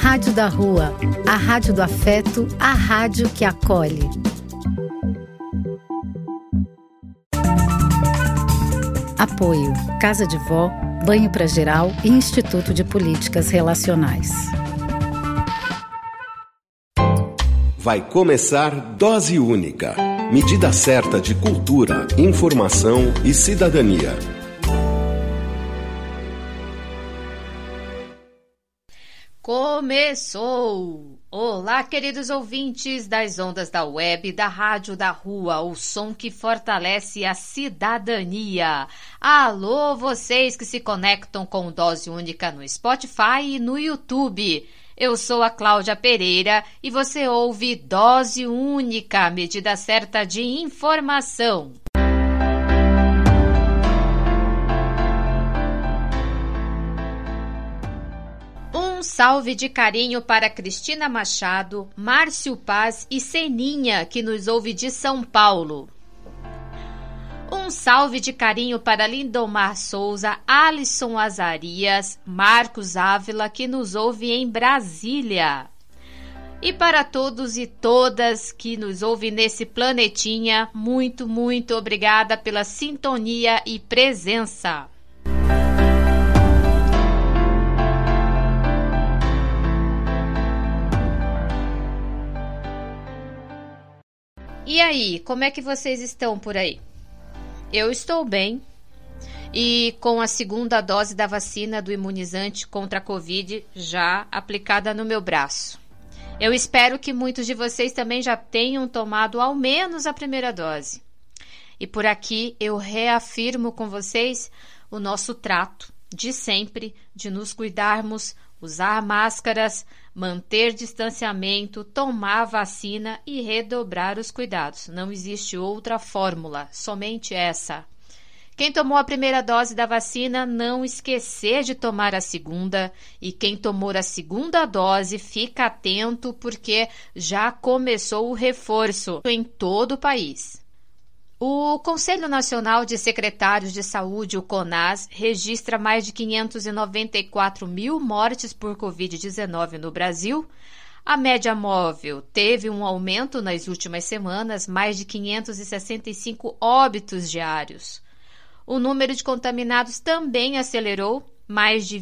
Rádio da Rua, a rádio do afeto, a rádio que acolhe. Apoio: Casa de Vó, Banho pra Geral e Instituto de Políticas Relacionais. Vai começar Dose Única. Medida certa de cultura, informação e cidadania. Começou! Olá, queridos ouvintes das ondas da web, da Rádio da Rua, o som que fortalece a cidadania. Alô, vocês que se conectam com Dose Única no Spotify e no YouTube. Eu sou a Cláudia Pereira e você ouve Dose Única, medida certa de informação. Um salve de carinho para Cristina Machado, Márcio Paz e Seninha, que nos ouve de São Paulo. Um salve de carinho para Lindomar Souza, Alisson Azarias, Marcos Ávila, que nos ouve em Brasília. E para todos e todas que nos ouvem nesse planetinha, muito, muito obrigada pela sintonia e presença. E aí, como é que vocês estão por aí? Eu estou bem e com a segunda dose da vacina do imunizante contra a Covid já aplicada no meu braço. Eu espero que muitos de vocês também já tenham tomado ao menos a primeira dose. E por aqui eu reafirmo com vocês o nosso trato de sempre de nos cuidarmos, usar máscaras, manter distanciamento, tomar vacina e redobrar os cuidados. Não existe outra fórmula, somente essa. Quem tomou a primeira dose da vacina, não esquecer de tomar a segunda. E quem tomou a segunda dose, fica atento porque já começou o reforço em todo o país. O Conselho Nacional de Secretários de Saúde, o CONAS, registra mais de 594 mil mortes por Covid-19 no Brasil. A média móvel teve um aumento nas últimas semanas, mais de 565 óbitos diários. O número de contaminados também acelerou, mais de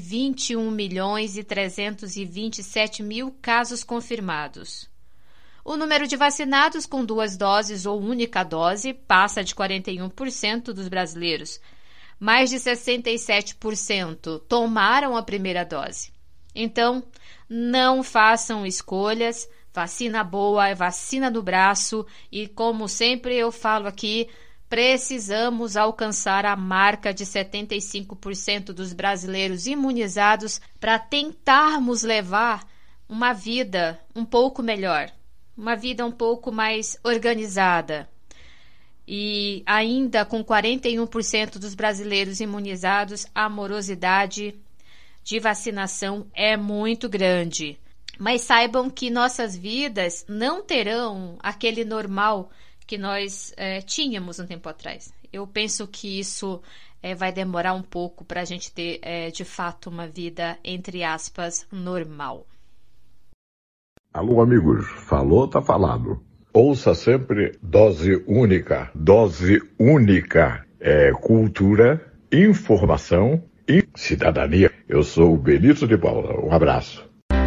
21.327.000 casos confirmados. O número de vacinados com 2 doses ou única dose passa de 41% dos brasileiros. Mais de 67% tomaram a primeira dose. Então, não façam escolhas. Vacina boa é vacina no braço. E como sempre eu falo aqui, precisamos alcançar a marca de 75% dos brasileiros imunizados para tentarmos levar uma vida um pouco melhor. Uma vida um pouco mais organizada. E ainda com 41% dos brasileiros imunizados, a morosidade de vacinação é muito grande. Mas saibam que nossas vidas não terão aquele normal que nós tínhamos um tempo atrás. Eu penso que isso vai demorar um pouco para a gente ter, de fato, uma vida, entre aspas, normal. Alô, amigos, falou, tá falado. Ouça sempre Dose Única. Dose Única é cultura, informação e cidadania. Eu sou o Benito de Paula. Um abraço.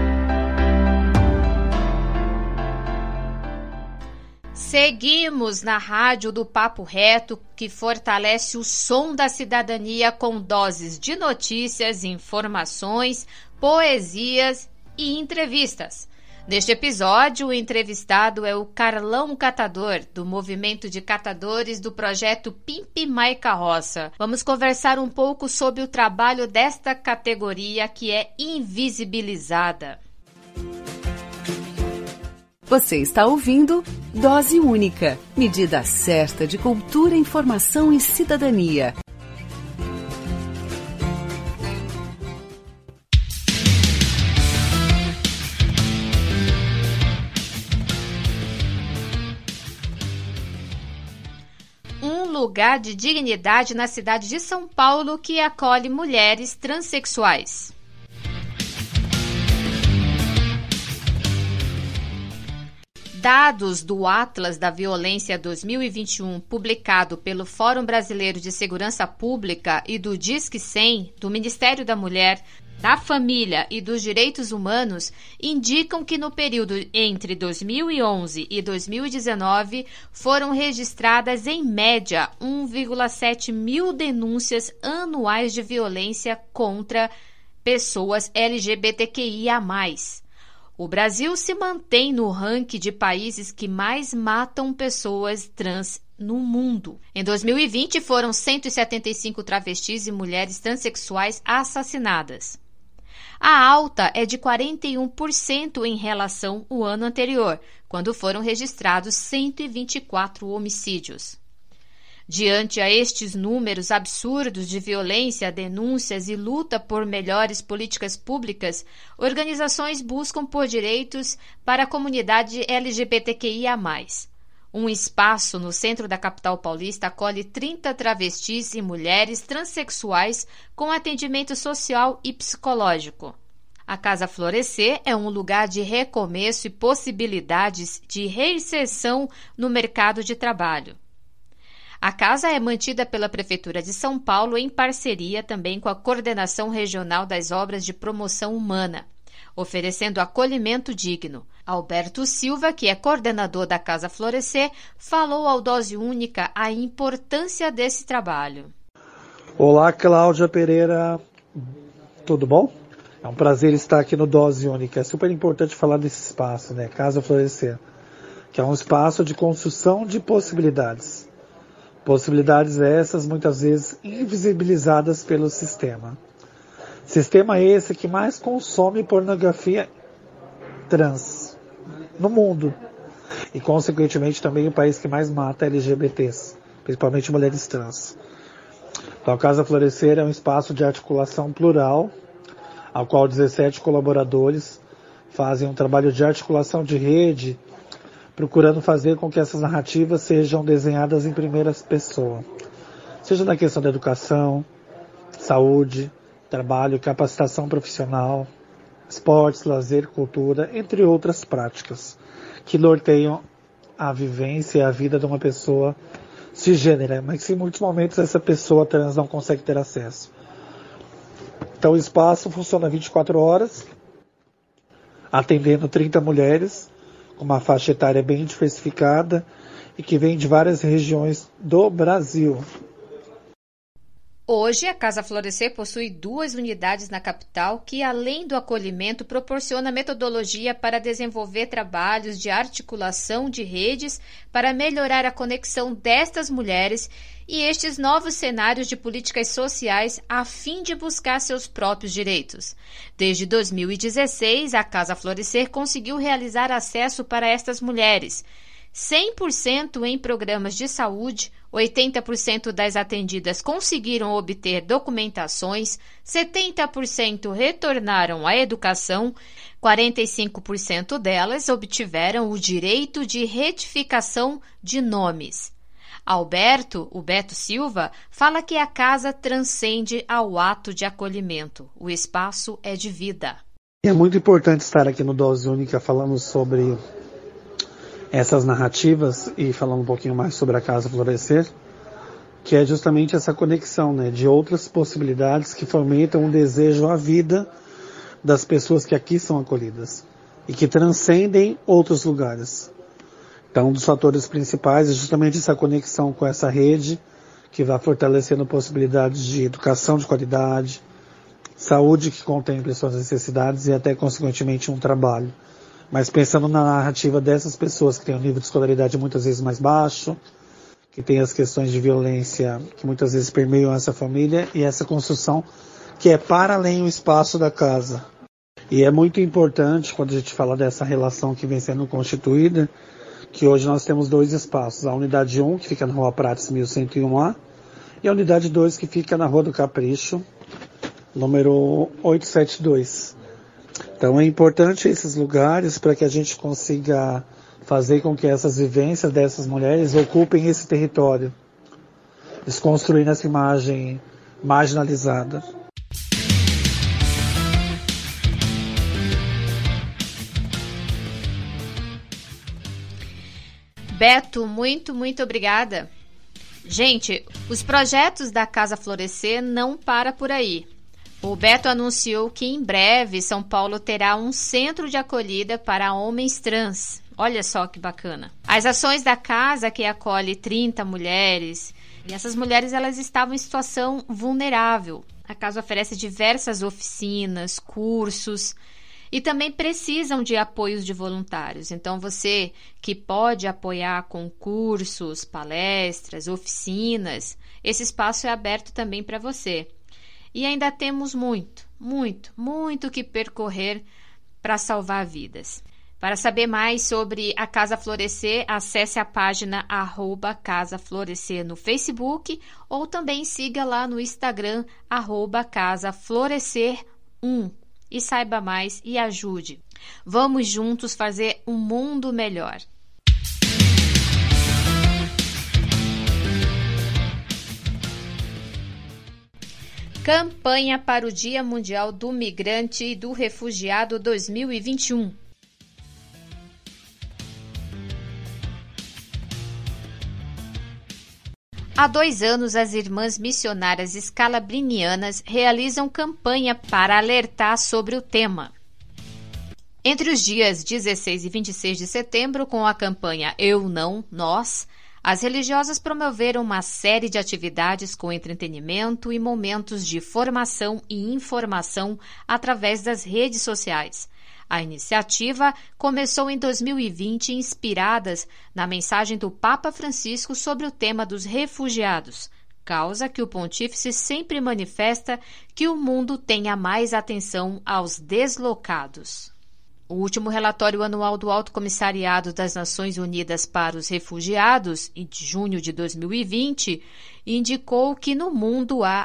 Seguimos na Rádio do Papo Reto, que fortalece o som da cidadania com doses de notícias, informações, poesias e entrevistas. Neste episódio, o entrevistado é o Carlão Catador, do Movimento de Catadores do projeto Pimp My Carroça. Vamos conversar um pouco sobre o trabalho desta categoria que é invisibilizada. Você está ouvindo Dose Única, medida certa de cultura, informação e cidadania. Lugar de dignidade na cidade de São Paulo que acolhe mulheres transexuais. Dados do Atlas da Violência 2021, publicado pelo Fórum Brasileiro de Segurança Pública e do Disque 100, do Ministério da Mulher, da Família e dos Direitos Humanos, indicam que no período entre 2011 e 2019 foram registradas, em média, 1,7 mil denúncias anuais de violência contra pessoas LGBTQIA+. O Brasil se mantém no ranking de países que mais matam pessoas trans no mundo. Em 2020, foram 175 travestis e mulheres transexuais assassinadas. A alta é de 41% em relação ao ano anterior, quando foram registrados 124 homicídios. Diante a estes números absurdos de violência, denúncias e luta por melhores políticas públicas, organizações buscam por direitos para a comunidade LGBTQIA+. Um espaço no centro da capital paulista acolhe 30 travestis e mulheres transexuais com atendimento social e psicológico. A Casa Florescer é um lugar de recomeço e possibilidades de reinserção no mercado de trabalho. A casa é mantida pela Prefeitura de São Paulo em parceria também com a Coordenação Regional das Obras de Promoção Humana, oferecendo acolhimento digno. Alberto Silva, que é coordenador da Casa Florescer, falou ao Dose Única a importância desse trabalho. Olá, Cláudia Pereira, tudo bom? É um prazer estar aqui no Dose Única. É super importante falar desse espaço, né? Casa Florescer, que é um espaço de construção de possibilidades. Possibilidades essas muitas vezes invisibilizadas pelo sistema. Sistema esse que mais consome pornografia trans no mundo. E, consequentemente, também o país que mais mata LGBTs, principalmente mulheres trans. Então, a Casa Florescer é um espaço de articulação plural, ao qual 17 colaboradores fazem um trabalho de articulação de rede, procurando fazer com que essas narrativas sejam desenhadas em primeira pessoa. Seja na questão da educação, saúde, trabalho, capacitação profissional, esportes, lazer, cultura, entre outras práticas, que norteiam a vivência e a vida de uma pessoa cisgênera, mas que em muitos momentos essa pessoa trans não consegue ter acesso. Então o espaço funciona 24 horas, atendendo 30 mulheres, com uma faixa etária bem diversificada e que vem de várias regiões do Brasil. Hoje, a Casa Florescer possui 2 unidades na capital que, além do acolhimento, proporciona metodologia para desenvolver trabalhos de articulação de redes para melhorar a conexão destas mulheres e estes novos cenários de políticas sociais a fim de buscar seus próprios direitos. Desde 2016, a Casa Florescer conseguiu realizar acesso para estas mulheres, 100% em programas de saúde, 80% das atendidas conseguiram obter documentações, 70% retornaram à educação, 45% delas obtiveram o direito de retificação de nomes. O Beto Silva, fala que a casa transcende ao ato de acolhimento. O espaço é de vida. É muito importante estar aqui no Dose Única falando sobre essas narrativas e falando um pouquinho mais sobre a Casa Florescer, que é justamente essa conexão, né, de outras possibilidades que fomentam um desejo à vida das pessoas que aqui são acolhidas e que transcendem outros lugares. Então, um dos fatores principais é justamente essa conexão com essa rede que vai fortalecendo possibilidades de educação de qualidade, saúde que contemple suas necessidades e até, consequentemente, um trabalho. Mas pensando na narrativa dessas pessoas que têm um nível de escolaridade muitas vezes mais baixo, que tem as questões de violência que muitas vezes permeiam essa família e essa construção que é para além o espaço da casa. E é muito importante, quando a gente fala dessa relação que vem sendo constituída, que hoje nós temos 2 espaços. A unidade 1, que fica na Rua Prates 1101A, e a unidade 2, que fica na Rua do Capricho, número 872. Então é importante esses lugares para que a gente consiga fazer com que essas vivências dessas mulheres ocupem esse território, desconstruindo essa imagem marginalizada. Beto, muito obrigada. Gente, os projetos da Casa Florescer não param por aí. O Beto anunciou que em breve São Paulo terá um centro de acolhida para homens trans. Olha só que bacana. As ações da casa, que acolhe 30 mulheres, e essas mulheres elas estavam em situação vulnerável. A casa oferece diversas oficinas, cursos e também precisam de apoios de voluntários. Então você que pode apoiar com cursos, palestras, oficinas, esse espaço é aberto também para você. E ainda temos muito que percorrer para salvar vidas. Para saber mais sobre a Casa Florescer, acesse a página @Casa Florescer no Facebook ou também siga lá no Instagram @Casa Florescer1 e saiba mais e ajude. Vamos juntos fazer um mundo melhor. Campanha para o Dia Mundial do Migrante e do Refugiado 2021. Há 2 anos, as Irmãs Missionárias Scalabrinianas realizam campanha para alertar sobre o tema. Entre os dias 16 e 26 de setembro, com a campanha Eu Não, Nós, as religiosas promoveram uma série de atividades com entretenimento e momentos de formação e informação através das redes sociais. A iniciativa começou em 2020, inspiradas na mensagem do Papa Francisco sobre o tema dos refugiados, causa que o pontífice sempre manifesta que o mundo tenha mais atenção aos deslocados. O último relatório anual do Alto Comissariado das Nações Unidas para os Refugiados, de junho de 2020, indicou que no mundo há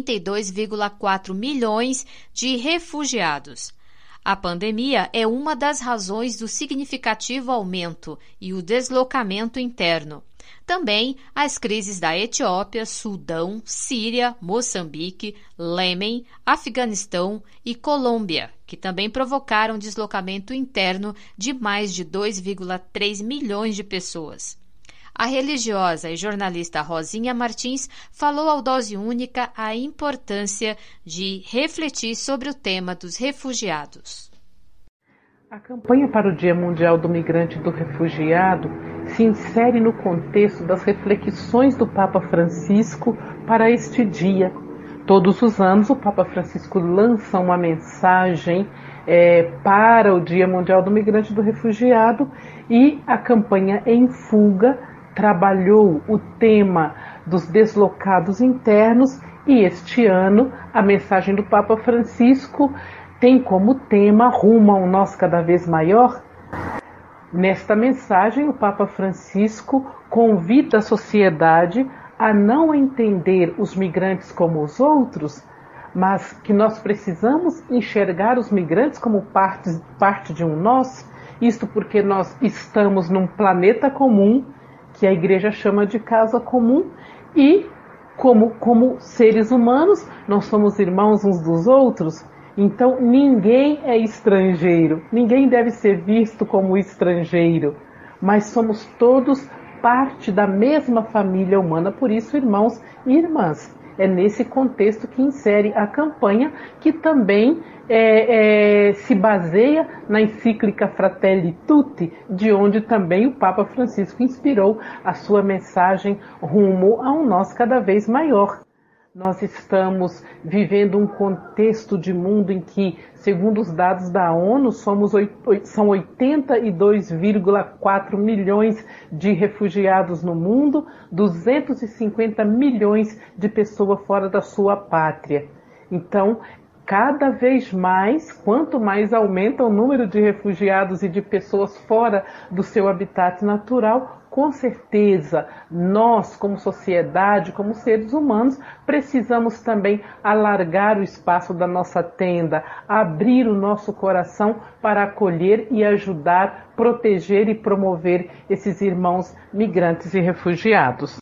82,4 milhões de refugiados. A pandemia é uma das razões do significativo aumento e o deslocamento interno. Também as crises da Etiópia, Sudão, Síria, Moçambique, Iêmen, Afeganistão e Colômbia, que também provocaram deslocamento interno de mais de 2,3 milhões de pessoas. A religiosa e jornalista Rosinha Martins falou ao Dose Única a importância de refletir sobre o tema dos refugiados. A campanha para o Dia Mundial do Migrante e do Refugiado se insere no contexto das reflexões do Papa Francisco para este dia. Todos os anos o Papa Francisco lança uma mensagem para o Dia Mundial do Migrante e do Refugiado, e a campanha Em Fuga trabalhou o tema dos deslocados internos, e este ano a mensagem do Papa Francisco tem como tema Rumo a um Nós Cada Vez Maior. Nesta mensagem, o Papa Francisco convida a sociedade a não entender os migrantes como os outros, mas que nós precisamos enxergar os migrantes como parte de um nós, isto porque nós estamos num planeta comum, que a Igreja chama de casa comum, e como seres humanos, nós somos irmãos uns dos outros. Então ninguém é estrangeiro, ninguém deve ser visto como estrangeiro, mas somos todos parte da mesma família humana, por isso irmãos e irmãs. É nesse contexto que insere a campanha, que também se baseia na encíclica Fratelli Tutti, de onde também o Papa Francisco inspirou a sua mensagem Rumo a um Nós Cada Vez Maior. Nós estamos vivendo um contexto de mundo em que, segundo os dados da ONU, são 82,4 milhões de refugiados no mundo, 250 milhões de pessoas fora da sua pátria. Então, cada vez mais, quanto mais aumenta o número de refugiados e de pessoas fora do seu habitat natural, com certeza, nós, como sociedade, como seres humanos, precisamos também alargar o espaço da nossa tenda, abrir o nosso coração para acolher e ajudar, proteger e promover esses irmãos migrantes e refugiados.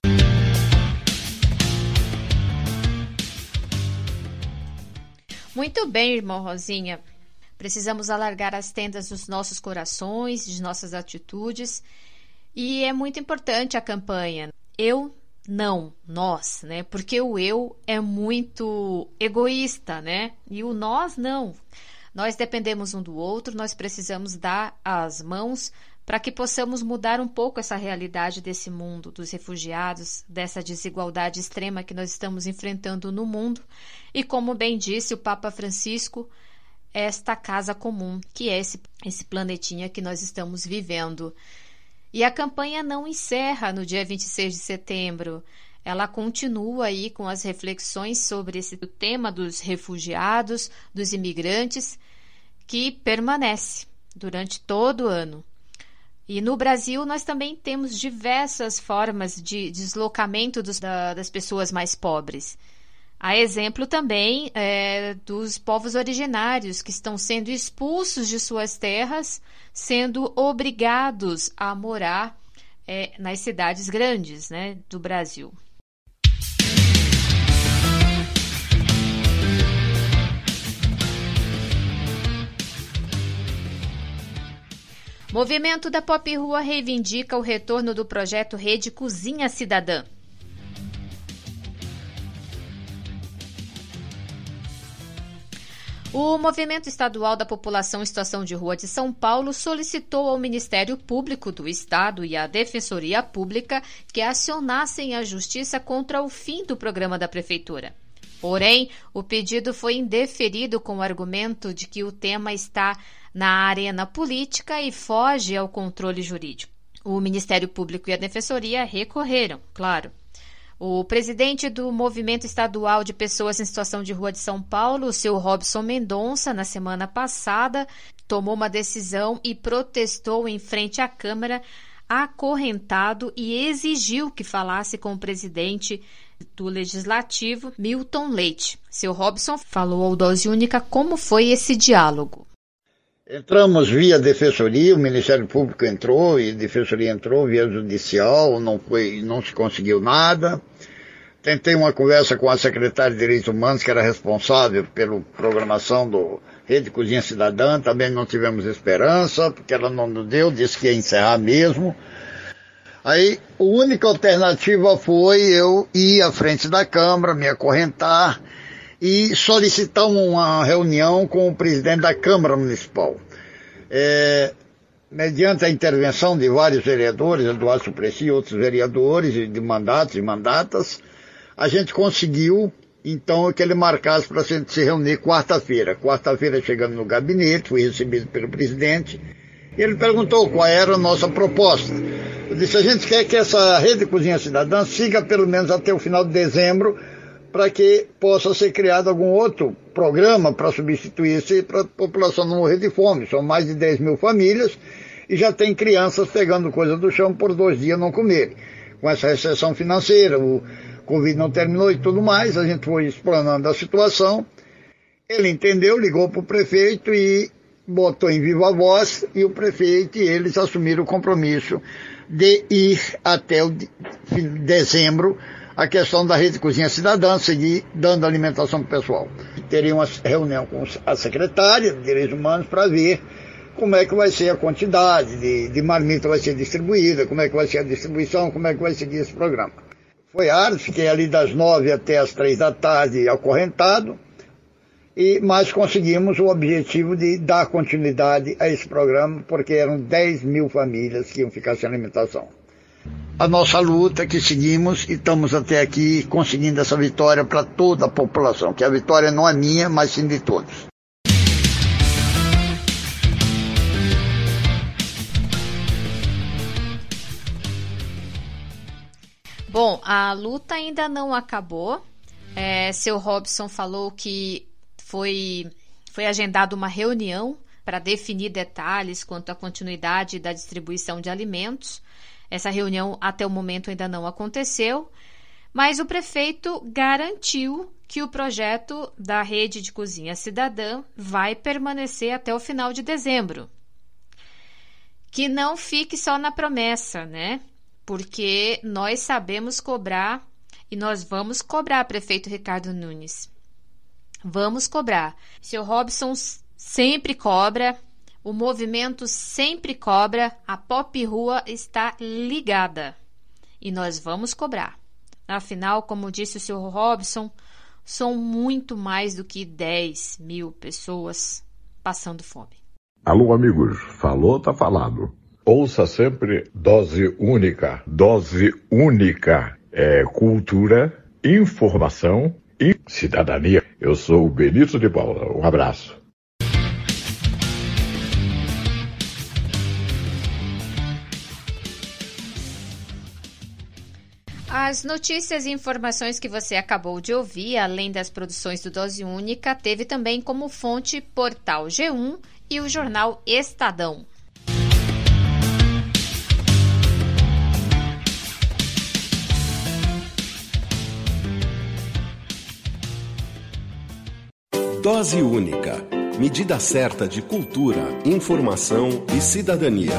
Muito bem, irmã Rosinha. Precisamos alargar as tendas dos nossos corações, de nossas atitudes. E é muito importante a campanha. Eu não, nós, né? Porque o eu é muito egoísta, né? E o nós não. Nós dependemos um do outro, nós precisamos dar as mãos para que possamos mudar um pouco essa realidade desse mundo, dos refugiados, dessa desigualdade extrema que nós estamos enfrentando no mundo. E como bem disse o Papa Francisco, esta casa comum, que é esse planetinha que nós estamos vivendo. E a campanha não encerra no dia 26 de setembro. Ela continua aí com as reflexões sobre esse tema dos refugiados, dos imigrantes, que permanece durante todo o ano. E no Brasil nós também temos diversas formas de deslocamento das pessoas mais pobres. Há exemplo também dos povos originários que estão sendo expulsos de suas terras, sendo obrigados a morar nas cidades grandes, né, do Brasil. Movimento da Pop Rua reivindica o retorno do projeto Rede Cozinha Cidadã. O Movimento Estadual da População em Situação de Rua de São Paulo solicitou ao Ministério Público do Estado e à Defensoria Pública que acionassem a Justiça contra o fim do programa da Prefeitura. Porém, o pedido foi indeferido com o argumento de que o tema está na arena política e foge ao controle jurídico. O Ministério Público e a Defensoria recorreram, claro. O presidente do Movimento Estadual de Pessoas em Situação de Rua de São Paulo, o seu Robson Mendonça, na semana passada, tomou uma decisão e protestou em frente à Câmara, acorrentado, e exigiu que falasse com o presidente do Legislativo, Milton Leite. Seu Robson falou ao Dose Única como foi esse diálogo. Entramos via Defensoria, o Ministério Público entrou e a Defensoria entrou via Judicial, não se conseguiu nada. Tentei uma conversa com a secretária de Direitos Humanos, que era responsável pela programação do Rede Cozinha Cidadã, também não tivemos esperança, porque ela não nos deu, disse que ia encerrar mesmo. Aí, a única alternativa foi eu ir à frente da Câmara, me acorrentar e solicitar uma reunião com o presidente da Câmara Municipal. Mediante a intervenção de vários vereadores, Eduardo Supressi e outros vereadores de mandatos e mandatas, a gente conseguiu, então, que ele marcasse para a gente se reunir quarta-feira. Quarta-feira, chegando no gabinete, fui recebido pelo presidente, e ele perguntou qual era a nossa proposta. Eu disse, a gente quer que essa Rede Cozinha Cidadã siga pelo menos até o final de dezembro, para que possa ser criado algum outro programa para substituir isso, para a população não morrer de fome. São mais de 10 mil famílias e já tem crianças pegando coisa do chão por 2 dias não comerem. Com essa recessão financeira, o Covid não terminou e tudo mais, a gente foi explanando a situação. Ele entendeu, ligou para o prefeito e botou em viva voz, e o prefeito e eles assumiram o compromisso de ir até o dezembro a questão da Rede Cozinha Cidadã, seguir dando alimentação para o pessoal. Teria uma reunião com a secretária de Direitos Humanos para ver como é que vai ser a quantidade de marmita vai ser distribuída, como é que vai ser a distribuição, como é que vai seguir esse programa. Foi árduo, fiquei ali das 9 até as 3 da tarde acorrentado, mas conseguimos o objetivo de dar continuidade a esse programa, porque eram 10 mil famílias que iam ficar sem alimentação. A nossa luta que seguimos e estamos até aqui conseguindo essa vitória para toda a população, que a vitória não é minha, mas sim de todos. Bom, a luta ainda não acabou. Seu Robson falou que foi agendada uma reunião para definir detalhes quanto à continuidade da distribuição de alimentos. Essa reunião até o momento ainda não aconteceu, mas o prefeito garantiu que o projeto da Rede de Cozinha Cidadã vai permanecer até o final de dezembro. Que não fique só na promessa, né? Porque nós sabemos cobrar e nós vamos cobrar, prefeito Ricardo Nunes. Vamos cobrar. Seu Robson sempre cobra, O movimento sempre cobra, a Pop Rua está ligada. E nós vamos cobrar. Afinal, como disse o Sr. Robson, são muito mais do que 10 mil pessoas passando fome. Alô, amigos, falou, tá falado. Ouça sempre Dose Única. Dose Única é cultura, informação e cidadania. Eu sou o Benito de Paula. Um abraço. As notícias e informações que você acabou de ouvir, além das produções do Dose Única, teve também como fonte Portal G1 e o jornal Estadão. Dose Única. Medida certa de cultura, informação e cidadania.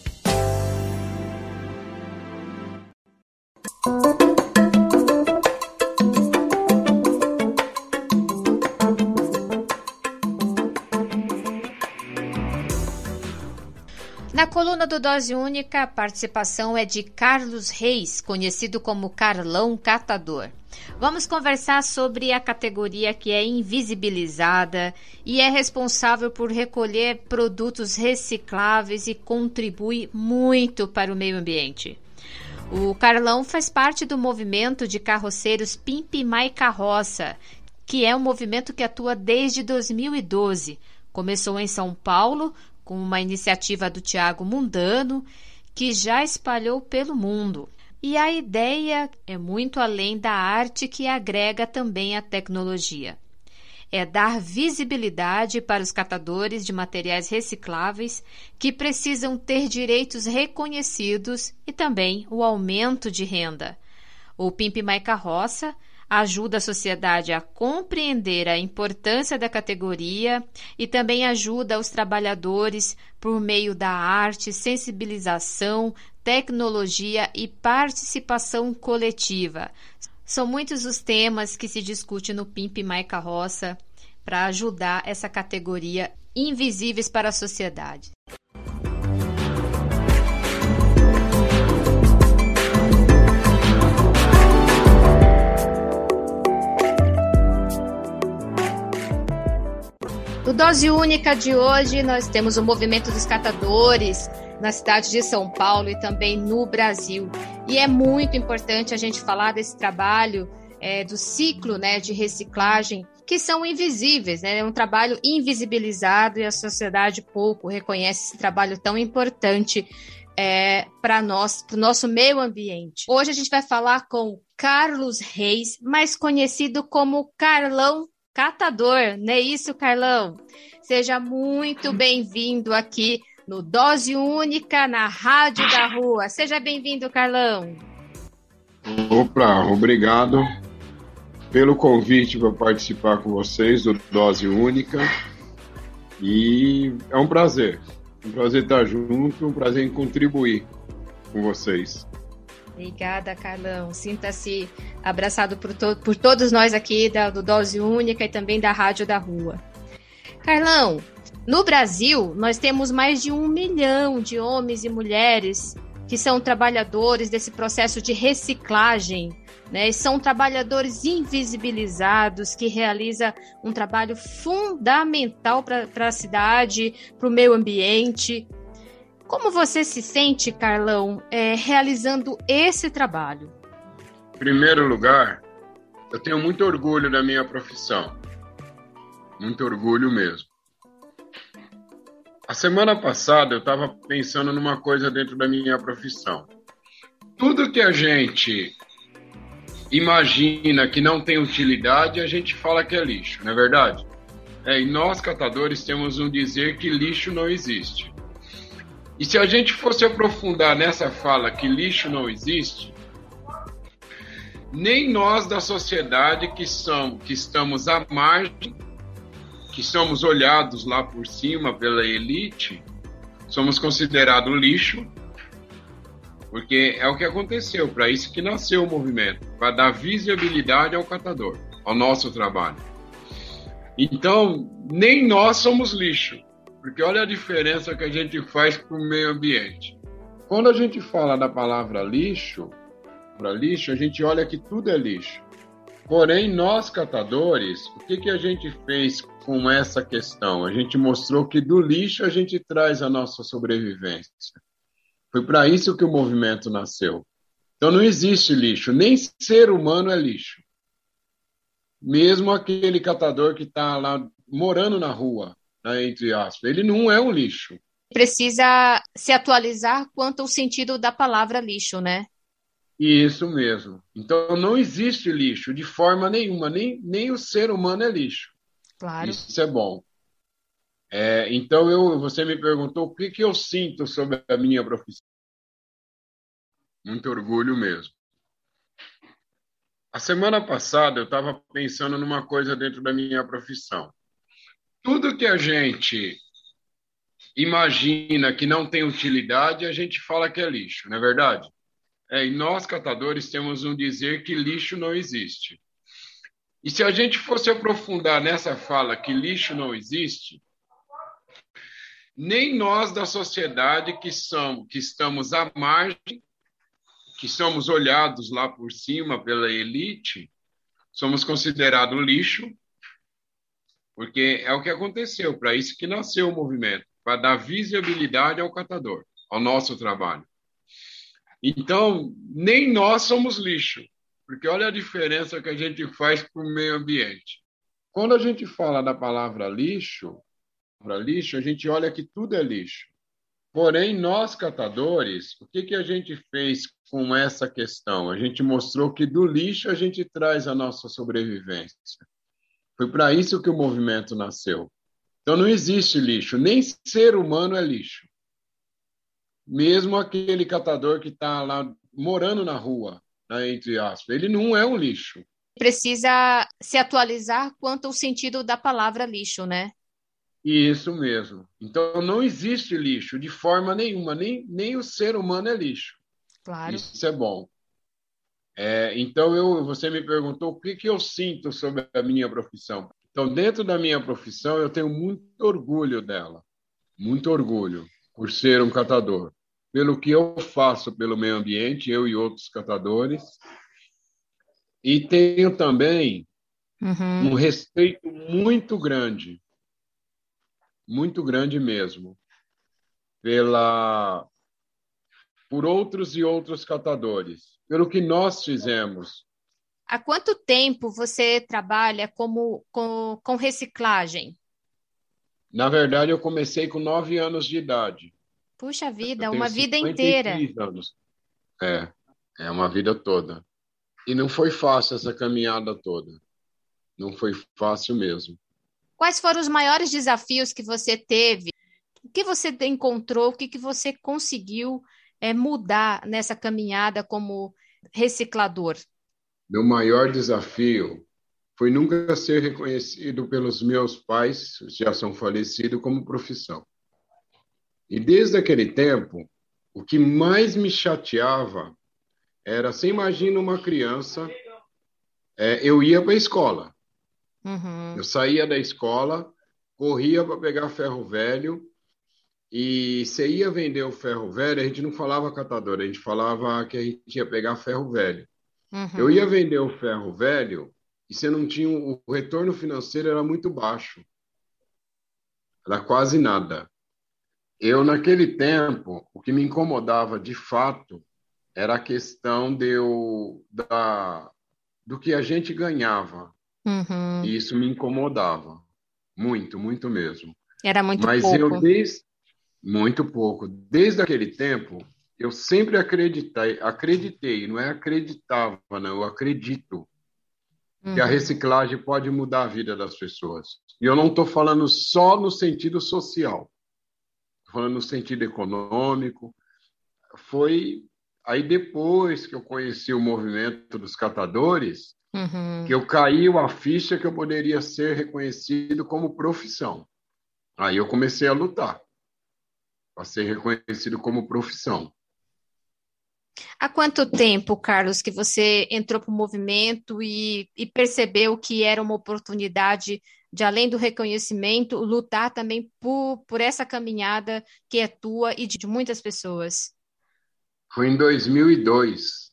Na coluna do Dose Única, a participação é de Carlos Reis, conhecido como Carlão Catador. Vamos conversar sobre a categoria que é invisibilizada e é responsável por recolher produtos recicláveis e contribui muito para o meio ambiente. O Carlão faz parte do movimento de carroceiros Pimp My Carroça, que é um movimento que atua desde 2012. Começou em São Paulo, com uma iniciativa do Tiago Mundano, que já espalhou pelo mundo. E a ideia é muito além da arte que agrega também a tecnologia. É dar visibilidade para os catadores de materiais recicláveis que precisam ter direitos reconhecidos e também o aumento de renda. O Pimp My Carroça ajuda a sociedade a compreender a importância da categoria e também ajuda os trabalhadores por meio da arte, sensibilização, tecnologia e participação coletiva. São muitos os temas que se discute no Pimp My Carroça para ajudar essa categoria invisíveis para a sociedade. No Dose Única de hoje, nós temos o movimento dos catadores na cidade de São Paulo e também no Brasil. E é muito importante a gente falar desse trabalho, do ciclo, né, de reciclagem, que são invisíveis, né? É um trabalho invisibilizado e a sociedade pouco reconhece esse trabalho tão importante para nós, para o nosso meio ambiente. Hoje a gente vai falar com Carlos Reis, mais conhecido como Carlão Catador, não é isso, Carlão? Seja muito bem-vindo aqui no Dose Única, na Rádio da Rua. Seja bem-vindo, Carlão. Opa, obrigado pelo convite para participar com vocês do Dose Única. E é um prazer estar junto, um prazer em contribuir com vocês. Obrigada, Carlão. Sinta-se abraçado por todos nós aqui do Dose Única e também da Rádio da Rua. Carlão, no Brasil, nós temos mais de 1 milhão de homens e mulheres que são trabalhadores desse processo de reciclagem, né? E são trabalhadores invisibilizados que realizam um trabalho fundamental para a cidade, para o meio ambiente. Como você se sente, Carlão, realizando esse trabalho? Em primeiro lugar, eu tenho muito orgulho da minha profissão. Muito orgulho mesmo. A semana passada eu estava pensando numa coisa dentro da minha profissão. Tudo que a gente imagina que não tem utilidade, a gente fala que é lixo, não é verdade? E nós, catadores, temos um dizer que lixo não existe. E se a gente fosse aprofundar nessa fala que lixo não existe, nem nós da sociedade que estamos à margem, que somos olhados lá por cima pela elite, somos considerados lixo, porque é o que aconteceu, para isso que nasceu o movimento, para dar visibilidade ao catador, ao nosso trabalho. Então, nem nós somos lixo. porque olha a diferença que a gente faz com o meio ambiente. Quando a gente fala da palavra lixo, a gente olha que tudo é lixo. Porém, nós catadores, o que a gente fez com essa questão? A gente mostrou que do lixo a gente traz a nossa sobrevivência. Foi para isso que o movimento nasceu. Então não existe lixo, nem ser humano é lixo. Mesmo aquele catador que está lá morando na rua, né, entre aspas, ele não é um lixo. Precisa se atualizar quanto ao sentido da palavra lixo, né? Isso mesmo. Então não existe lixo de forma nenhuma, nem o ser humano é lixo. Claro. Isso é bom. Então você me perguntou o que eu sinto sobre a minha profissão. Muito orgulho mesmo. A semana passada eu estava pensando numa coisa dentro da minha profissão. Tudo que a gente imagina que não tem utilidade, a gente fala que é lixo, não é verdade? E nós, catadores, temos um dizer que lixo não existe. E se a gente fosse aprofundar nessa fala que lixo não existe, nem nós da sociedade que estamos à margem, que somos olhados lá por cima pela elite, somos considerados lixo, porque é o que aconteceu, para isso que nasceu o movimento, para dar visibilidade ao catador, ao nosso trabalho. Então, nem nós somos lixo, porque olha a diferença que a gente faz para o meio ambiente. Quando a gente fala da palavra lixo, a gente olha que tudo é lixo. Porém, nós catadores, o que a gente fez com essa questão? A gente mostrou que do lixo a gente traz a nossa sobrevivência. Foi para isso que o movimento nasceu. Então não existe lixo, nem ser humano é lixo. Mesmo aquele catador que está lá morando na rua, né, entre aspas, ele não é um lixo. Precisa se atualizar quanto ao sentido da palavra lixo, né? Isso mesmo. Então não existe lixo de forma nenhuma, nem o ser humano é lixo. Claro. Isso é bom. Então você me perguntou o que eu sinto sobre a minha profissão. Então, dentro da minha profissão, eu tenho muito orgulho dela. Muito orgulho por ser um catador. Pelo que eu faço pelo meio ambiente, eu e outros catadores. E tenho também um respeito muito grande mesmo, por outros e outros catadores, pelo que nós fizemos. Há quanto tempo você trabalha com reciclagem? Na verdade, eu comecei com 9 anos de idade. Puxa vida, Eu tenho uma vida 53 inteira. anos. É uma vida toda. E não foi fácil essa caminhada toda. Não foi fácil mesmo. Quais foram os maiores desafios que você teve? O que você encontrou? O que você conseguiu mudar nessa caminhada como reciclador? Meu maior desafio foi nunca ser reconhecido pelos meus pais, que já são falecidos, como profissão. E desde aquele tempo, o que mais me chateava era, você imagina uma criança, eu ia para a escola. Eu saía da escola, corria para pegar ferro velho, e você ia vender o ferro velho, a gente não falava catador, a gente falava que a gente ia pegar ferro velho. Eu ia vender o ferro velho e você não tinha, o retorno financeiro era muito baixo. Era quase nada. Naquele tempo, o que me incomodava de fato era a questão do que a gente ganhava. E isso me incomodava. Muito, muito mesmo. Era muito Mas pouco. Muito pouco. Desde aquele tempo, eu sempre acreditei, não é acreditava, não, eu acredito que a reciclagem pode mudar a vida das pessoas. E eu não estou falando só no sentido social, estou falando no sentido econômico. Foi aí depois que eu conheci o movimento dos catadores, que eu caiu a ficha que eu poderia ser reconhecido como profissão. Aí eu comecei a lutar para ser reconhecido como profissão. Há quanto tempo, Carlos, que você entrou para o movimento e percebeu que era uma oportunidade de além do reconhecimento, lutar também por essa caminhada que é tua e de muitas pessoas? Foi em 2002.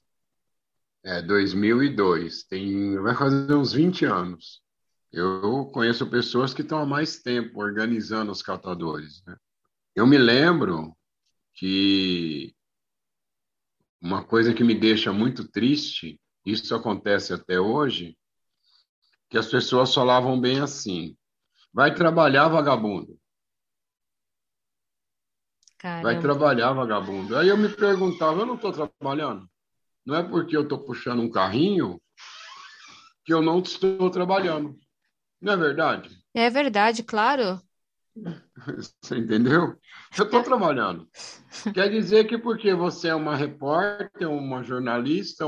2002. Vai fazer uns 20 anos. Eu conheço pessoas que estão há mais tempo organizando os catadores, né? Eu me lembro que uma coisa que me deixa muito triste, isso acontece até hoje, que as pessoas falavam bem assim: vai trabalhar, vagabundo. Vai Caramba. trabalhar, vagabundo. Aí eu me perguntava, eu não estou trabalhando? Não é porque eu estou puxando um carrinho que eu não estou trabalhando. Não é verdade? É verdade, claro. Você entendeu? Eu estou trabalhando. Quer dizer que porque você é uma repórter, uma jornalista,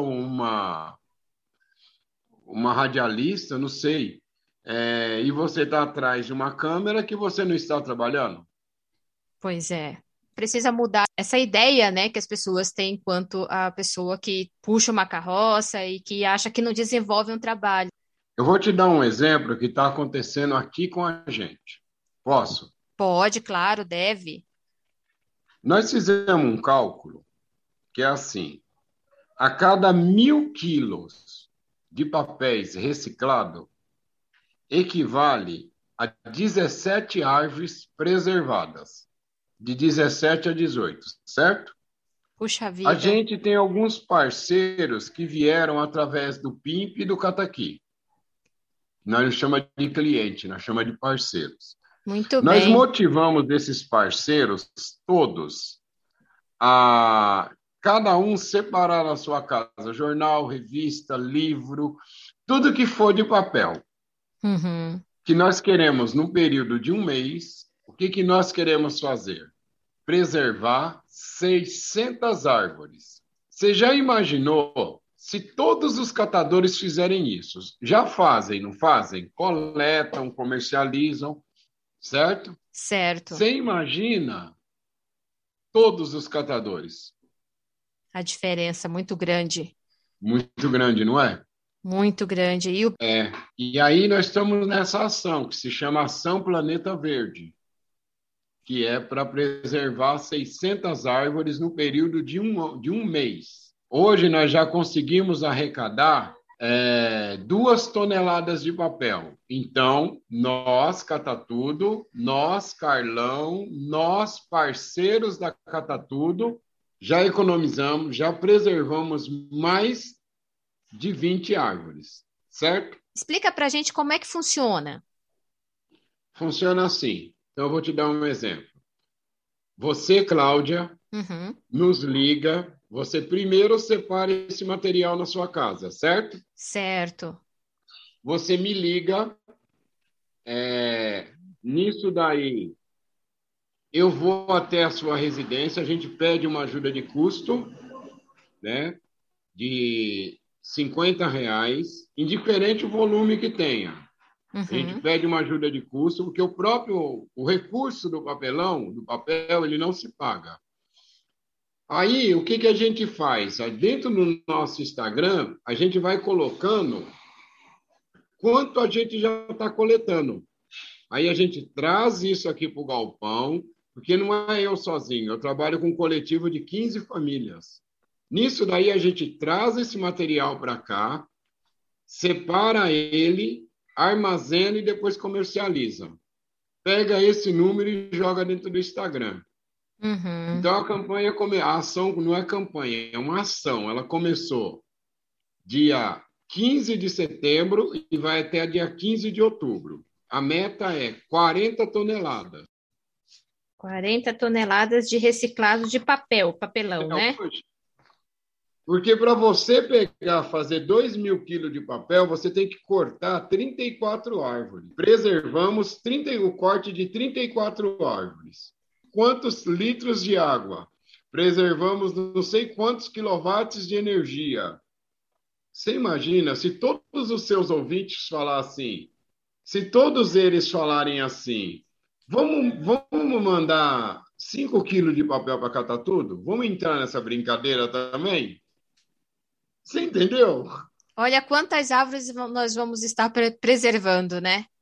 uma radialista, não sei, e você está atrás de uma câmera que você não está trabalhando? Pois é. Precisa mudar essa ideia, né, que as pessoas têm quanto a pessoa que puxa uma carroça e que acha que não desenvolve um trabalho. Eu vou te dar um exemplo que está acontecendo aqui com a gente. Posso? Pode, claro, deve. Nós fizemos um cálculo que é assim: a cada 1.000 quilos de papéis reciclado equivale a 17 árvores preservadas, de 17 a 18, certo? Puxa A vida. gente tem alguns parceiros que vieram através do PIMP e do Cataqui. Nós não chamamos de cliente, nós chamamos de parceiros. Muito Nós bem. motivamos esses parceiros todos a cada um separar na sua casa jornal, revista, livro, tudo que for de papel. Uhum. Que nós queremos, num período de um mês, o que nós queremos fazer? Preservar 600 árvores. Você já imaginou se todos os catadores fizerem isso? Já fazem, não fazem? Coletam, comercializam, certo? Certo. Você imagina todos os catadores? A diferença muito grande. Muito grande, não é? Muito grande. E aí nós estamos nessa ação, que se chama Ação Planeta Verde, que é para preservar 600 árvores no período de um mês. Hoje nós já conseguimos arrecadar 2 toneladas de papel. Então, nós, Catatudo, nós, Carlão, nós, parceiros da Catatudo, já economizamos, já preservamos mais de 20 árvores, certo? Explica pra gente como é que funciona. Funciona assim. Então, eu vou te dar um exemplo. Você, Cláudia, nos liga. Você primeiro separa esse material na sua casa, certo? Certo. Você me liga. Nisso daí, eu vou até a sua residência. A gente pede uma ajuda de custo, né? De R$ 50, indiferente o volume que tenha. A gente pede uma ajuda de custo, porque o recurso do papel, ele não se paga. Aí, o que a gente faz? Dentro do nosso Instagram, a gente vai colocando quanto a gente já está coletando. Aí a gente traz isso aqui para o galpão, porque não é eu sozinho, eu trabalho com um coletivo de 15 famílias. Nisso daí a gente traz esse material para cá, separa ele, armazena e depois comercializa. Pega esse número e joga dentro do Instagram. Então a ação não é campanha, é uma ação. Ela começou dia 15 de setembro e vai até dia 15 de outubro. A meta é 40 toneladas. 40 toneladas de reciclado de papelão, né? Porque para você fazer 2.000 quilos de papel, você tem que cortar 34 árvores. Preservamos o corte de 34 árvores. Quantos litros de água? Preservamos não sei quantos quilowatts de energia. Você imagina, se todos os seus ouvintes falassem, se todos eles falarem assim, vamos mandar 5 quilos de papel para catar tudo? Vamos entrar nessa brincadeira também? Você entendeu? Olha quantas árvores nós vamos estar preservando, né?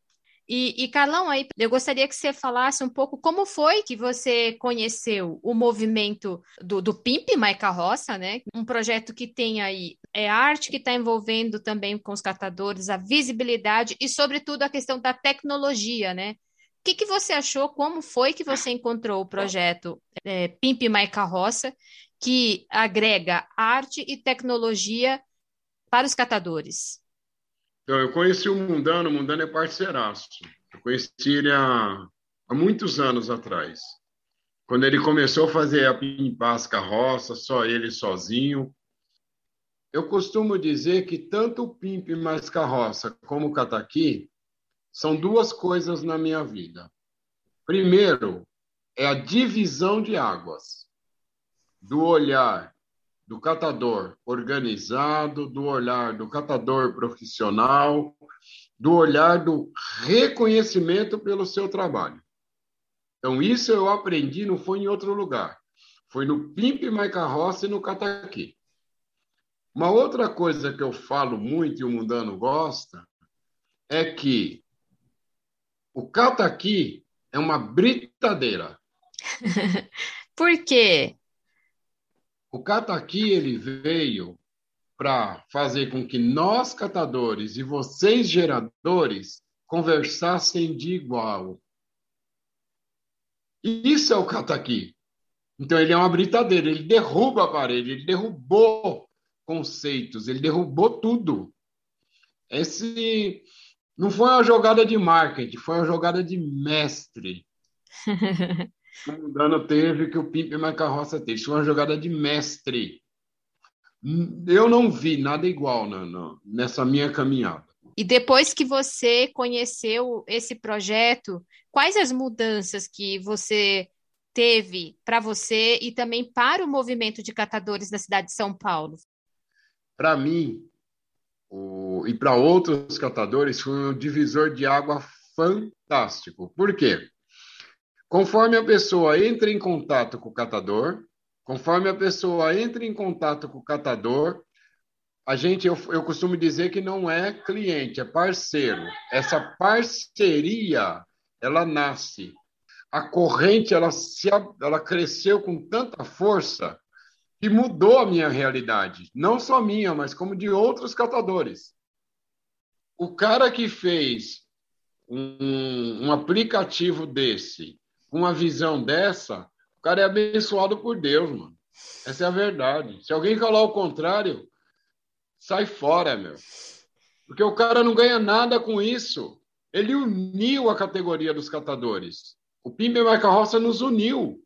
E Carlão, aí eu gostaria que você falasse um pouco como foi que você conheceu o movimento do Pimp My Carroça, né? Um projeto que tem aí arte, que está envolvendo também com os catadores, a visibilidade e, sobretudo, a questão da tecnologia, né? O que você achou? Como foi que você encontrou o projeto Pimp My Carroça, que agrega arte e tecnologia para os catadores? Então, eu conheci o Mundano é parceiraço. Eu conheci ele há muitos anos atrás. Quando ele começou a fazer a pimpar as carroças, só ele sozinho. Eu costumo dizer que tanto o Pimp mais Carroça como o Cataqui são duas coisas na minha vida. Primeiro, é a divisão de águas, do olhar do catador organizado, do olhar do catador profissional, do olhar do reconhecimento pelo seu trabalho. Então, isso eu aprendi, não foi em outro lugar. Foi no Pimp My Carroça e no Cataqui. Uma outra coisa que eu falo muito e o Mundano gosta é que o Cataqui é uma britadeira. Por quê? O Cataqui ele veio para fazer com que nós, catadores, e vocês, geradores, conversassem de igual. E isso é o Cataqui. Então, ele é uma britadeira, ele derruba a parede, ele derrubou conceitos, ele derrubou tudo. Esse não foi uma jogada de marketing, foi uma jogada de mestre. O Mundano teve, que o Pimp My Carroça teve. Foi uma jogada de mestre. Eu não vi nada igual nessa minha caminhada. E depois que você conheceu esse projeto, quais as mudanças que você teve para você e também para o movimento de catadores da cidade de São Paulo? Para mim, e para outros catadores, foi um divisor de água fantástico. Por quê? Conforme a pessoa entra em contato com o catador, eu costumo dizer que não é cliente, é parceiro. Essa parceria, ela nasce. A corrente, ela cresceu com tanta força que mudou a minha realidade. Não só minha, mas como de outros catadores. O cara que fez um aplicativo desse, uma visão dessa, o cara é abençoado por Deus, mano. Essa é a verdade. Se alguém falar o contrário, sai fora, meu. Porque o cara não ganha nada com isso. Ele uniu a categoria dos catadores. O Pimp My Carroça nos uniu.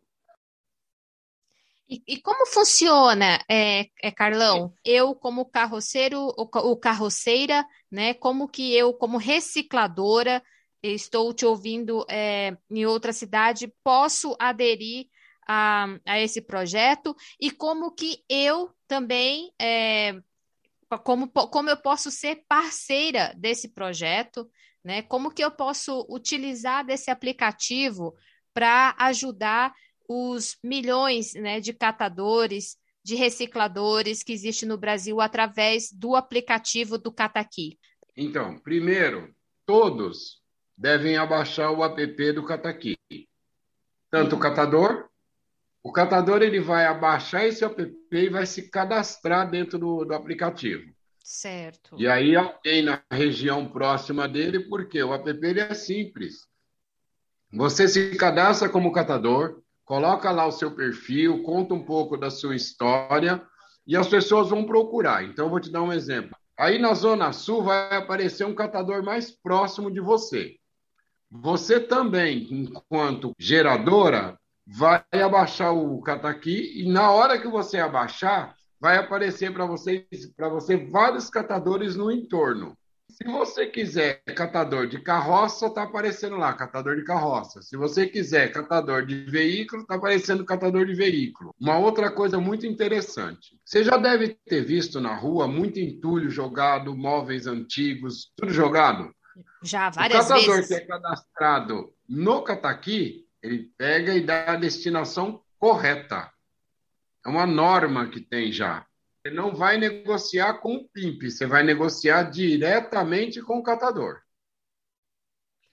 E como funciona, Carlão? Eu, como carroceiro, ou carroceira, né? Como que eu, como recicladora, estou te ouvindo em outra cidade, posso aderir a esse projeto? E como que eu também, como eu posso ser parceira desse projeto, né? Como que eu posso utilizar desse aplicativo para ajudar os milhões, né, de catadores, de recicladores que existem no Brasil através do aplicativo do Cataqui? Então, primeiro, todos devem abaixar o app do Cataqui. Tanto o catador ele vai abaixar esse app e vai se cadastrar dentro do aplicativo. Certo. E aí alguém na região próxima dele, porque o app ele é simples. Você se cadastra como catador, coloca lá o seu perfil, conta um pouco da sua história e as pessoas vão procurar. Então, eu vou te dar um exemplo. Aí na Zona Sul vai aparecer um catador mais próximo de você. Você também, enquanto geradora, vai abaixar o Cataqui e na hora que você abaixar, vai aparecer para você vários catadores no entorno. Se você quiser catador de carroça, está aparecendo lá, catador de carroça. Se você quiser catador de veículo, está aparecendo catador de veículo. Uma outra coisa muito interessante. Você já deve ter visto na rua muito entulho jogado, móveis antigos, tudo jogado? Já, várias vezes. O catador que é cadastrado no Cataqui, ele pega e dá a destinação correta. É uma norma que tem já. Você não vai negociar com o Pimp, você vai negociar diretamente com o catador.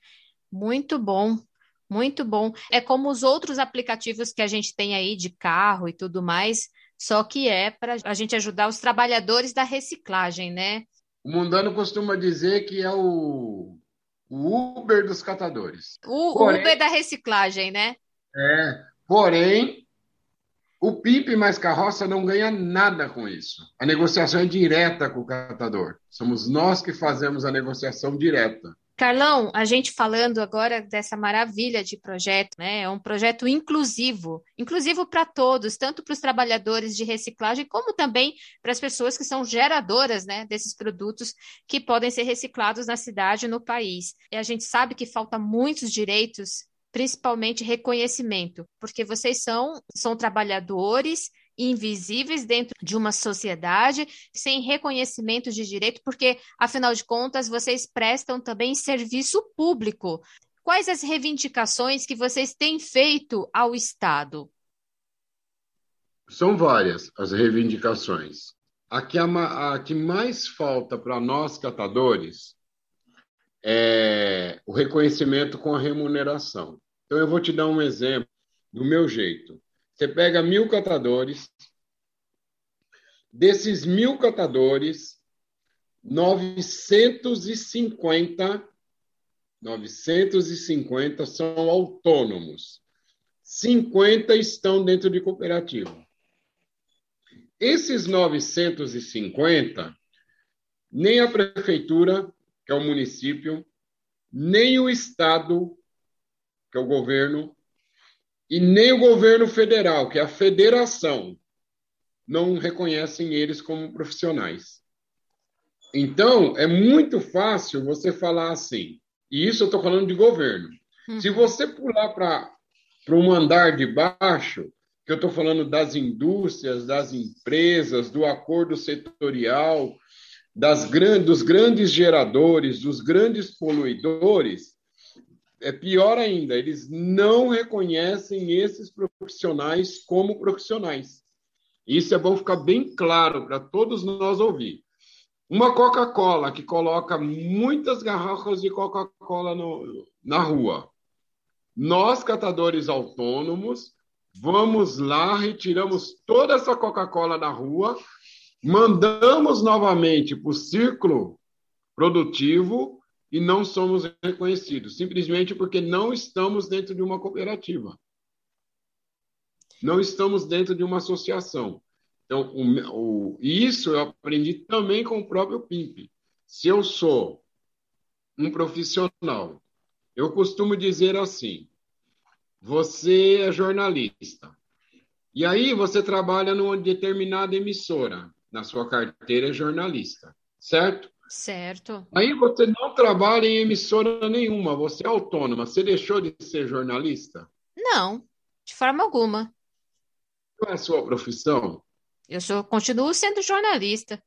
Muito bom, muito bom. É como os outros aplicativos que a gente tem aí de carro e tudo mais, só que é para a gente ajudar os trabalhadores da reciclagem, né? O mundano costuma dizer que é o Uber dos catadores. O Porém, Uber da reciclagem, né? porém, o PIP mais carroça não ganha nada com isso. A negociação é direta com o catador. Somos nós que fazemos a negociação direta. Carlão, a gente falando agora dessa maravilha de projeto, né? É um projeto inclusivo para todos, tanto para os trabalhadores de reciclagem, como também para as pessoas que são geradoras, né, desses produtos que podem ser reciclados na cidade e no país. E a gente sabe que falta muitos direitos, principalmente reconhecimento, porque vocês são trabalhadores invisíveis dentro de uma sociedade, sem reconhecimento de direito, porque, afinal de contas, vocês prestam também serviço público. Quais as reivindicações que vocês têm feito ao Estado? São várias as reivindicações. A que mais falta para nós catadores é o reconhecimento com a remuneração. Então, eu vou te dar um exemplo do meu jeito. Você pega 1.000 catadores, desses 1.000 catadores, 950 são autônomos, 50 estão dentro de cooperativa. Esses 950, nem a prefeitura, que é o município, nem o Estado, que é o governo, e nem o governo federal, que é a federação, não reconhecem eles como profissionais. Então, é muito fácil você falar assim, e isso eu estou falando de governo. Se você pular para um andar de baixo, que eu estou falando das indústrias, das empresas, do acordo setorial, dos grandes geradores, dos grandes poluidores, é pior ainda, eles não reconhecem esses profissionais como profissionais. Isso é bom ficar bem claro para todos nós ouvir. Uma Coca-Cola que coloca muitas garrafas de Coca-Cola na rua. Nós, catadores autônomos, vamos lá, retiramos toda essa Coca-Cola da rua, mandamos novamente para o círculo produtivo e não somos reconhecidos, simplesmente porque não estamos dentro de uma cooperativa. Não estamos dentro de uma associação. Então, isso eu aprendi também com o próprio PIMP. Se eu sou um profissional, eu costumo dizer assim, você é jornalista, e aí você trabalha numa determinada emissora, na sua carteira é jornalista, certo? Certo. Aí você não trabalha em emissora nenhuma, você é autônoma. Você deixou de ser jornalista? Não, de forma alguma. Qual é a sua profissão? Continuo sendo jornalista.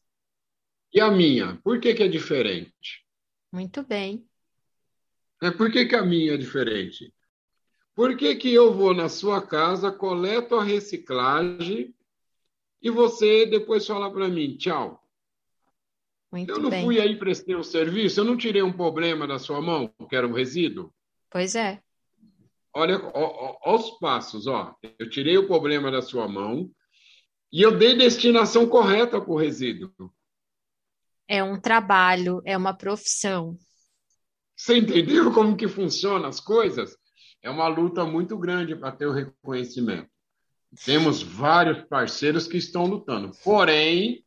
E a minha? Por que é diferente? Muito bem. Por que a minha é diferente? Por que eu vou na sua casa, coleto a reciclagem e você depois fala para mim, tchau? Muito eu não bem. Fui aí e prestei um serviço, eu não tirei um problema da sua mão, que era um resíduo? Pois é. Olha os passos, ó. Eu tirei o problema da sua mão e eu dei destinação correta para o resíduo. É um trabalho, é uma profissão. Você entendeu como que funcionam as coisas? É uma luta muito grande para ter o reconhecimento. Temos vários parceiros que estão lutando. Porém,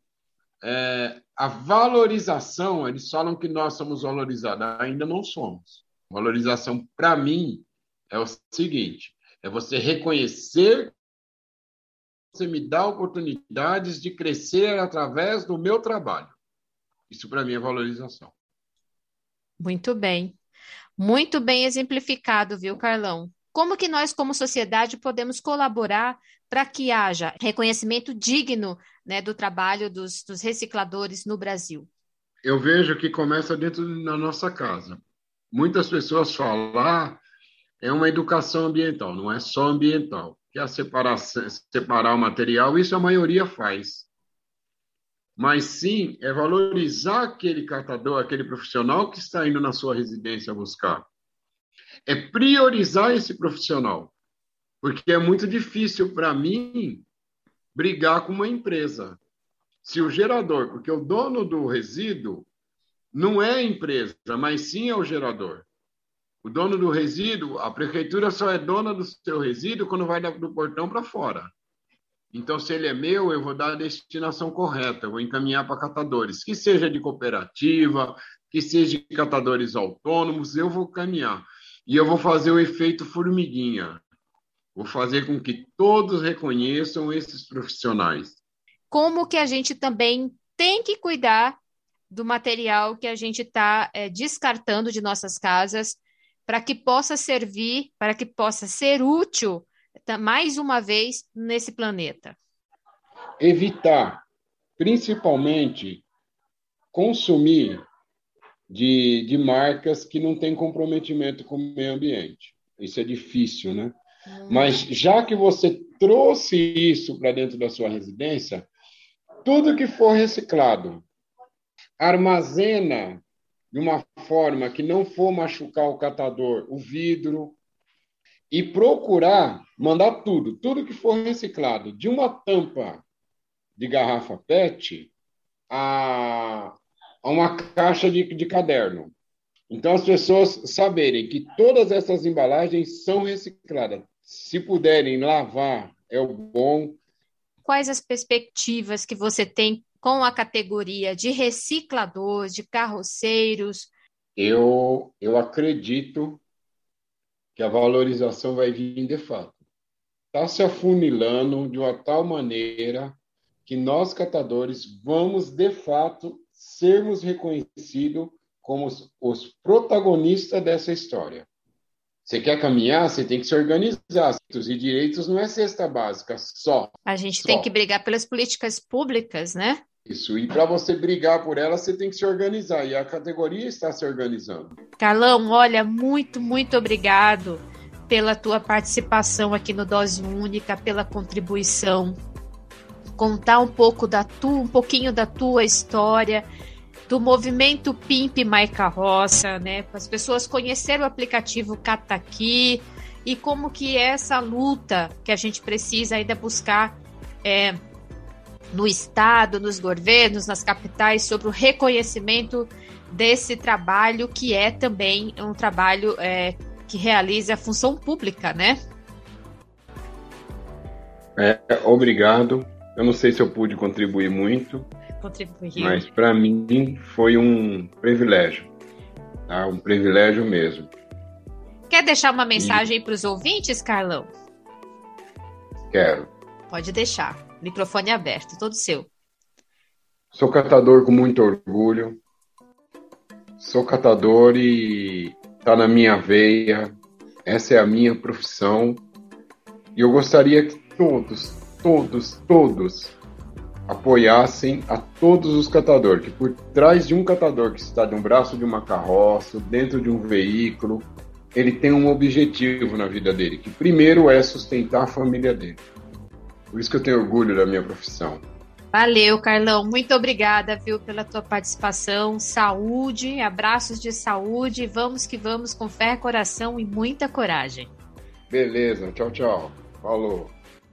a valorização, eles falam que nós somos valorizados, ainda não somos. Valorização, para mim, é o seguinte, é você reconhecer, você me dá oportunidades de crescer através do meu trabalho. Isso, para mim, é valorização. Muito bem. Muito bem exemplificado, viu, Carlão? Como que nós, como sociedade, podemos colaborar para que haja reconhecimento digno, né, do trabalho dos recicladores no Brasil? Eu vejo que começa dentro da nossa casa. Muitas pessoas falam, é uma educação ambiental, não é só ambiental. Que é separar o material, isso a maioria faz. mas sim é valorizar aquele catador, aquele profissional que está indo na sua residência buscar. É priorizar esse profissional, porque é muito difícil para mim brigar com uma empresa. Se o gerador, porque o dono do resíduo não é a empresa, mas sim é o gerador. O dono do resíduo, a prefeitura só é dona do seu resíduo quando vai do portão para fora. Então, se ele é meu, eu vou dar a destinação correta, eu vou encaminhar para catadores, que seja de cooperativa, que seja de catadores autônomos, eu vou caminhar. E eu vou fazer o efeito formiguinha. Vou fazer com que todos reconheçam esses profissionais. Como que a gente também tem que cuidar do material que a gente está descartando de nossas casas para que possa servir, para que possa ser útil mais uma vez nesse planeta. Evitar, principalmente, consumir de marcas que não têm comprometimento com o meio ambiente. Isso é difícil, né? Mas já que você trouxe isso para dentro da sua residência, tudo que for reciclado, armazena de uma forma que não for machucar o catador, o vidro, e procurar mandar tudo que for reciclado, de uma tampa de garrafa PET a uma caixa de caderno. Então, as pessoas saberem que todas essas embalagens são recicladas. Se puderem lavar, é o bom. Quais as perspectivas que você tem com a categoria de recicladores, de carroceiros? Eu acredito que a valorização vai vir de fato. Está se afunilando de uma tal maneira que nós, catadores, vamos, de fato, sermos reconhecidos como os protagonistas dessa história. Você quer caminhar, você tem que se organizar. E direitos não é cesta básica só. A gente tem que brigar pelas políticas públicas, né? Isso, e para você brigar por ela, você tem que se organizar, e a categoria está se organizando. Carlão, olha, muito, muito obrigado pela tua participação aqui no Dose Única, pela contribuição, contar um pouquinho da tua história, do movimento Pimp My Carroça, né, para as pessoas conhecerem o aplicativo Cataqui e como que é essa luta que a gente precisa ainda buscar no Estado, nos governos, nas capitais, sobre o reconhecimento desse trabalho, que é também um trabalho que realiza a função pública, né? Obrigado. Eu não sei se eu pude contribuir muito, mas para mim foi um privilégio, tá? Um privilégio mesmo. Quer deixar uma mensagem para os ouvintes, Carlão? Quero. Pode deixar. Microfone aberto, todo seu. Sou catador com muito orgulho. Sou catador e está na minha veia. Essa é a minha profissão. E eu gostaria que todos apoiassem a todos os catadores. Que por trás de um catador que está de um braço de uma carroça, dentro de um veículo, ele tem um objetivo na vida dele, que primeiro é sustentar a família dele. Por isso que eu tenho orgulho da minha profissão. Valeu, Carlão. Muito obrigada, viu, pela tua participação. Saúde, abraços de saúde. Vamos que vamos, com fé, coração e muita coragem. Beleza. Tchau, tchau. Falou.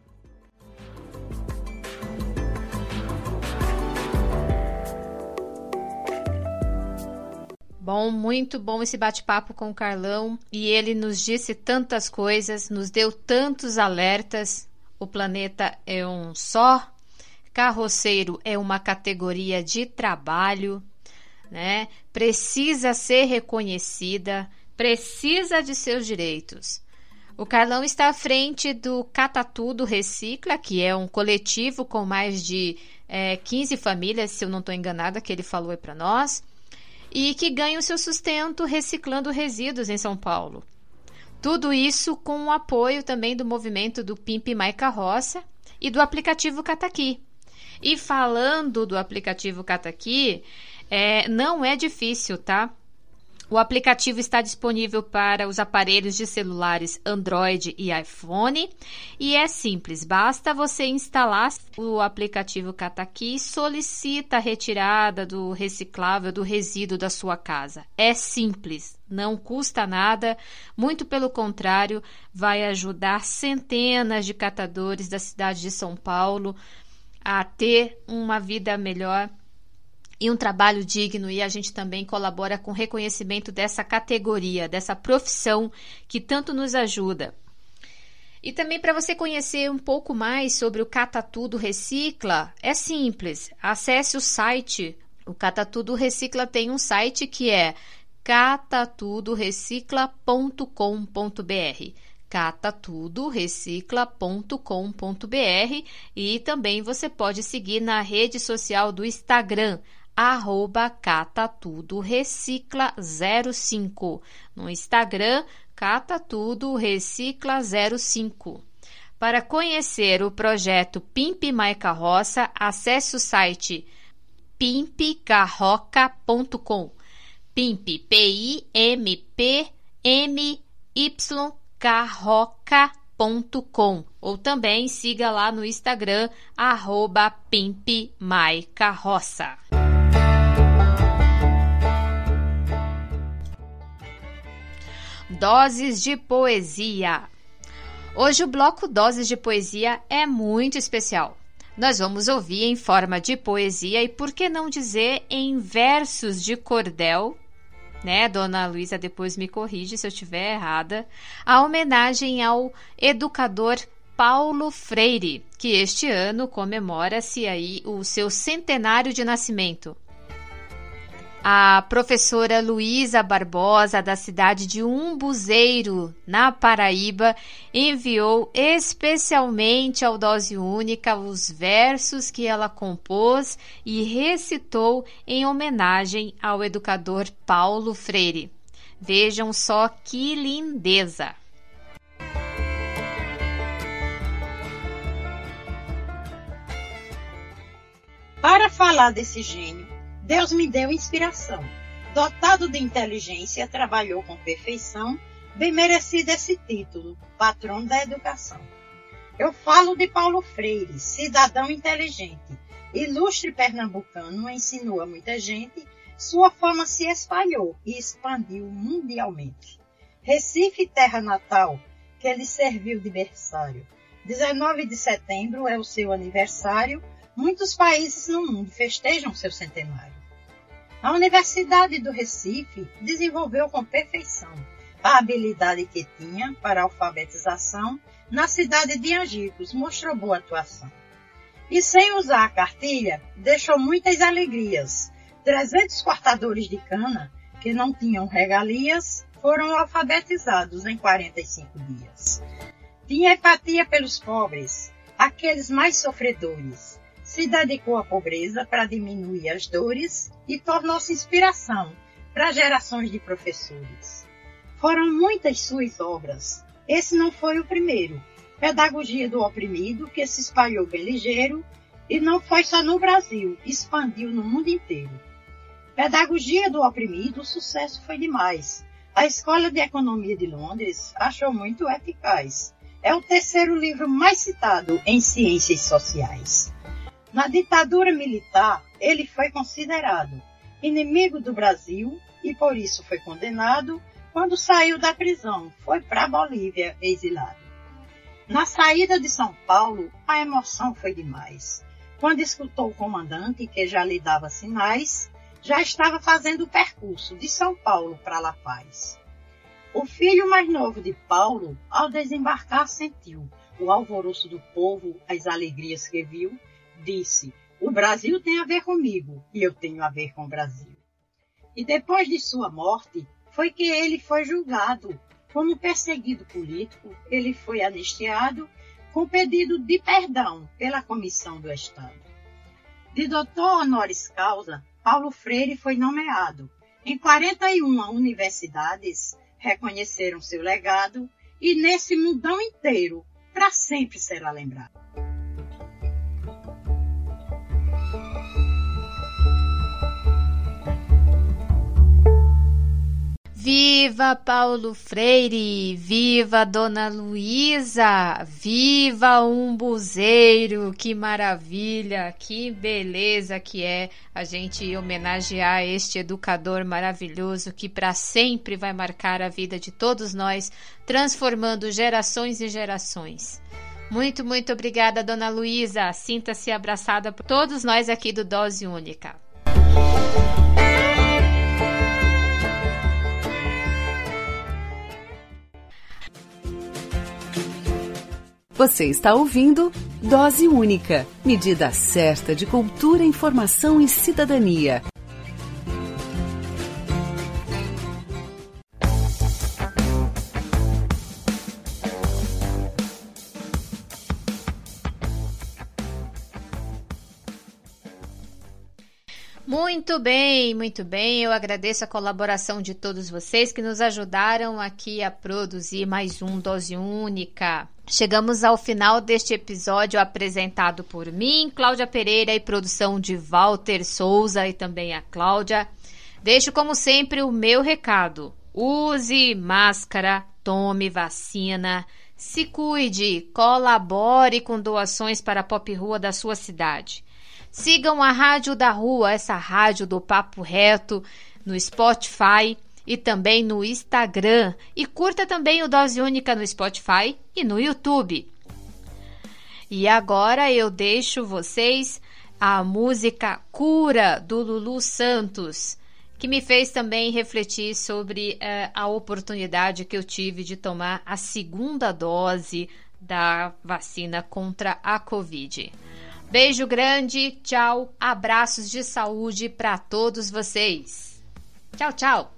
Bom, muito bom esse bate-papo com o Carlão. E ele nos disse tantas coisas, nos deu tantos alertas. O planeta é um só, carroceiro é uma categoria de trabalho, né? Precisa ser reconhecida, precisa de seus direitos. O Carlão está à frente do Catatudo Recicla, que é um coletivo com mais de 15 famílias, se eu não estou enganada, que ele falou aí para nós, e que ganha o seu sustento reciclando resíduos em São Paulo. Tudo isso com o apoio também do movimento do Pimp My Carroça e do aplicativo Cataqui. E falando do aplicativo Cataqui, não é difícil, tá? O aplicativo está disponível para os aparelhos de celulares Android e iPhone e é simples, basta você instalar o aplicativo Cataqui e solicita a retirada do reciclável, do resíduo da sua casa. É simples, não custa nada, muito pelo contrário, vai ajudar centenas de catadores da cidade de São Paulo a ter uma vida melhor e um trabalho digno, e a gente também colabora com o reconhecimento dessa categoria, dessa profissão que tanto nos ajuda. E também para você conhecer um pouco mais sobre o Cata Tudo Recicla, é simples, acesse o site, o Cata Tudo Recicla tem um site que é catatudorecicla.com.br, catatudorecicla.com.br, e também você pode seguir na rede social do Instagram, @catatudorecicla05. No Instagram, catatudorecicla05. Para conhecer o projeto Pimp My Carroça, acesse o site pimpcarroca.com. Pimp, P-I-M-P-M-Y carroca.com, ou também siga lá no Instagram @pimpmycarroça. Doses de poesia. Hoje o bloco Doses de Poesia é muito especial. Nós vamos ouvir em forma de poesia e, por que não dizer, em versos de cordel, né? Dona Luísa depois me corrige se eu estiver errada, a homenagem ao educador Paulo Freire, que este ano comemora-se aí o seu centenário de nascimento. A professora Luísa Barbosa, da cidade de Umbuzeiro, na Paraíba, enviou especialmente ao Dose Única os versos que ela compôs e recitou em homenagem ao educador Paulo Freire. Vejam só que lindeza! Para falar desse gênio, Deus me deu inspiração. Dotado de inteligência, trabalhou com perfeição, bem merecido esse título, patrão da educação. Eu falo de Paulo Freire, cidadão inteligente, ilustre pernambucano, ensinou a muita gente, sua fama se espalhou e expandiu mundialmente. Recife, terra natal, que ele serviu de berçário. 19 de setembro é o seu aniversário, muitos países no mundo festejam seu centenário. A Universidade do Recife desenvolveu com perfeição a habilidade que tinha para a alfabetização. Na cidade de Angicos mostrou boa atuação. E sem usar a cartilha, deixou muitas alegrias. 300 cortadores de cana, que não tinham regalias, foram alfabetizados em 45 dias. Tinha empatia pelos pobres, aqueles mais sofredores. Se dedicou à pobreza para diminuir as dores e tornou-se inspiração para gerações de professores. Foram muitas suas obras. Esse não foi o primeiro. Pedagogia do Oprimido, que se espalhou bem ligeiro e não foi só no Brasil, expandiu no mundo inteiro. Pedagogia do Oprimido, o sucesso foi demais. A Escola de Economia de Londres achou muito eficaz. É o terceiro livro mais citado em ciências sociais. Na ditadura militar, ele foi considerado inimigo do Brasil e por isso foi condenado. Quando saiu da prisão, foi para a Bolívia exilado. Na saída de São Paulo, a emoção foi demais. Quando escutou o comandante, que já lhe dava sinais, já estava fazendo o percurso de São Paulo para La Paz. O filho mais novo de Paulo, ao desembarcar, sentiu o alvoroço do povo, as alegrias que viu. Disse, o Brasil tem a ver comigo e eu tenho a ver com o Brasil. E depois de sua morte, foi que ele foi julgado. Como perseguido político, ele foi anistiado com pedido de perdão pela Comissão do Estado. De doutor honoris causa, Paulo Freire foi nomeado. Em 41 universidades reconheceram seu legado e nesse mundão inteiro, para sempre será lembrado. Viva Paulo Freire, viva Dona Luísa, viva Umbuzeiro, que maravilha, que beleza que é a gente homenagear este educador maravilhoso que para sempre vai marcar a vida de todos nós, transformando gerações e gerações. Muito, muito obrigada, Dona Luísa, sinta-se abraçada por todos nós aqui do Dose Única. Você está ouvindo Dose Única, medida certa de cultura, informação e cidadania. Muito bem, muito bem. Eu agradeço a colaboração de todos vocês que nos ajudaram aqui a produzir mais um Dose Única. Chegamos ao final deste episódio apresentado por mim, Cláudia Pereira, e produção de Walter Souza e também a Cláudia. Deixo, como sempre, o meu recado. Use máscara, tome vacina, se cuide, colabore com doações para a Pop Rua da sua cidade. Sigam a Rádio da Rua, essa rádio do Papo Reto, no Spotify e também no Instagram. E curta também o Dose Única no Spotify e no YouTube. E agora eu deixo vocês a música Cura, do Lulu Santos, que me fez também refletir sobre a oportunidade que eu tive de tomar a segunda dose da vacina contra a Covid. Beijo grande, tchau, abraços de saúde para todos vocês. Tchau, tchau.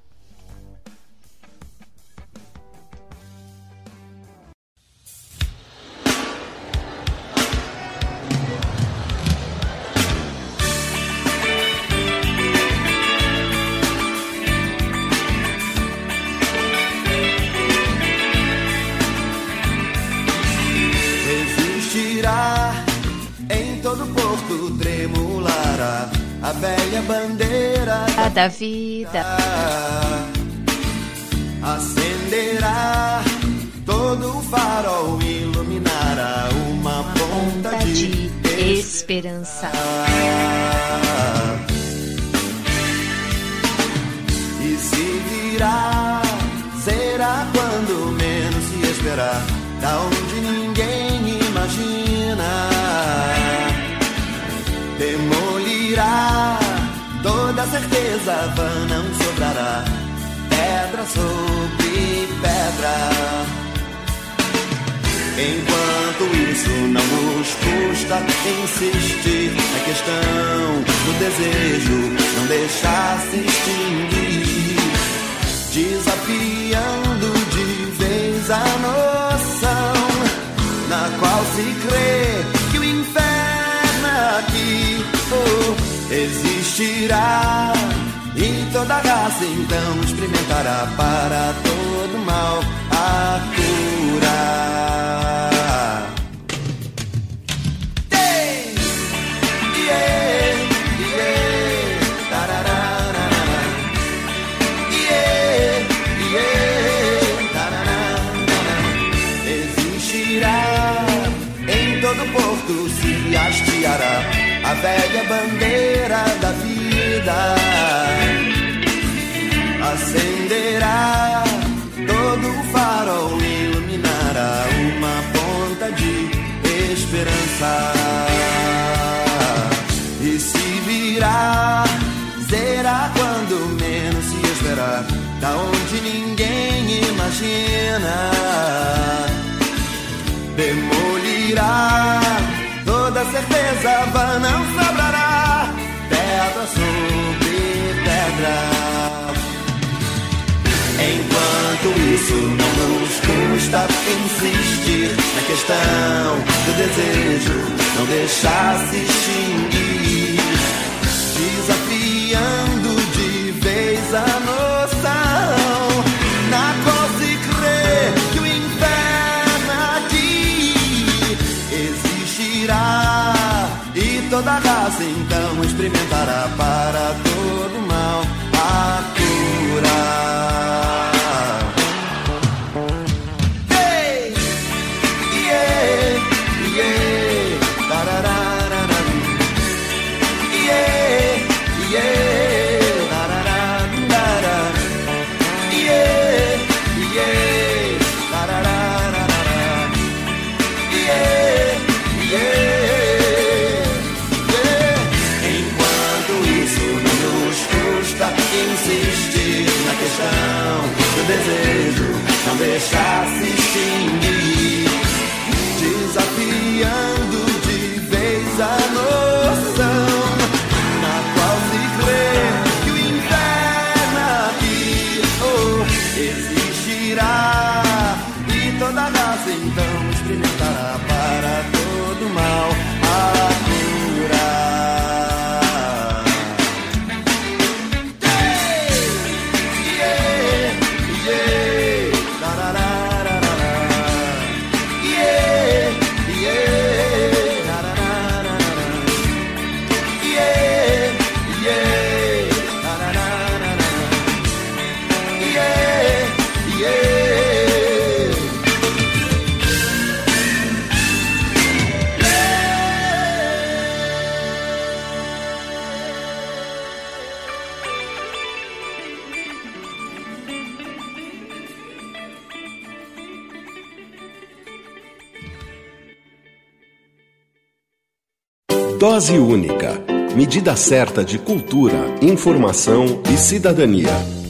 Todo porto tremulará a velha bandeira da vida. Acenderá todo o farol, iluminará uma ponta de esperança. E se virá, será quando menos se esperar, da onde ninguém imagina. Demolirá toda certeza, vã não sobrará, pedra sobre pedra. Enquanto isso não nos custa insistir na questão do desejo, não deixar se extinguir, desafiando de vez a noção na qual se crê que o inferno aqui existirá, e toda raça então experimentará para todo mal a cura. Existirá, em todo porto se hasteará a velha bandeira da vida. Acenderá todo o farol, iluminará uma ponta de esperança. E se virá, será quando menos se esperar, da onde ninguém imagina. Demolirá toda certeza, vã não sobrará, pedra sobre pedra. Enquanto isso não nos custa insistir na questão do desejo, não deixar se extinguir, desafiando de vez a noção na qual se crê que o inferno aqui existirá, e toda raça então experimentará para todo mal a cura. Enquanto isso não nos custa insistir na questão do desejo, não deixar se extinguir, desafiando de vez a noção na qual se crê que o inferno aqui existirá, e toda raça então experimentará para todo mal a cura. Dose Única. Medida certa de cultura, informação e cidadania.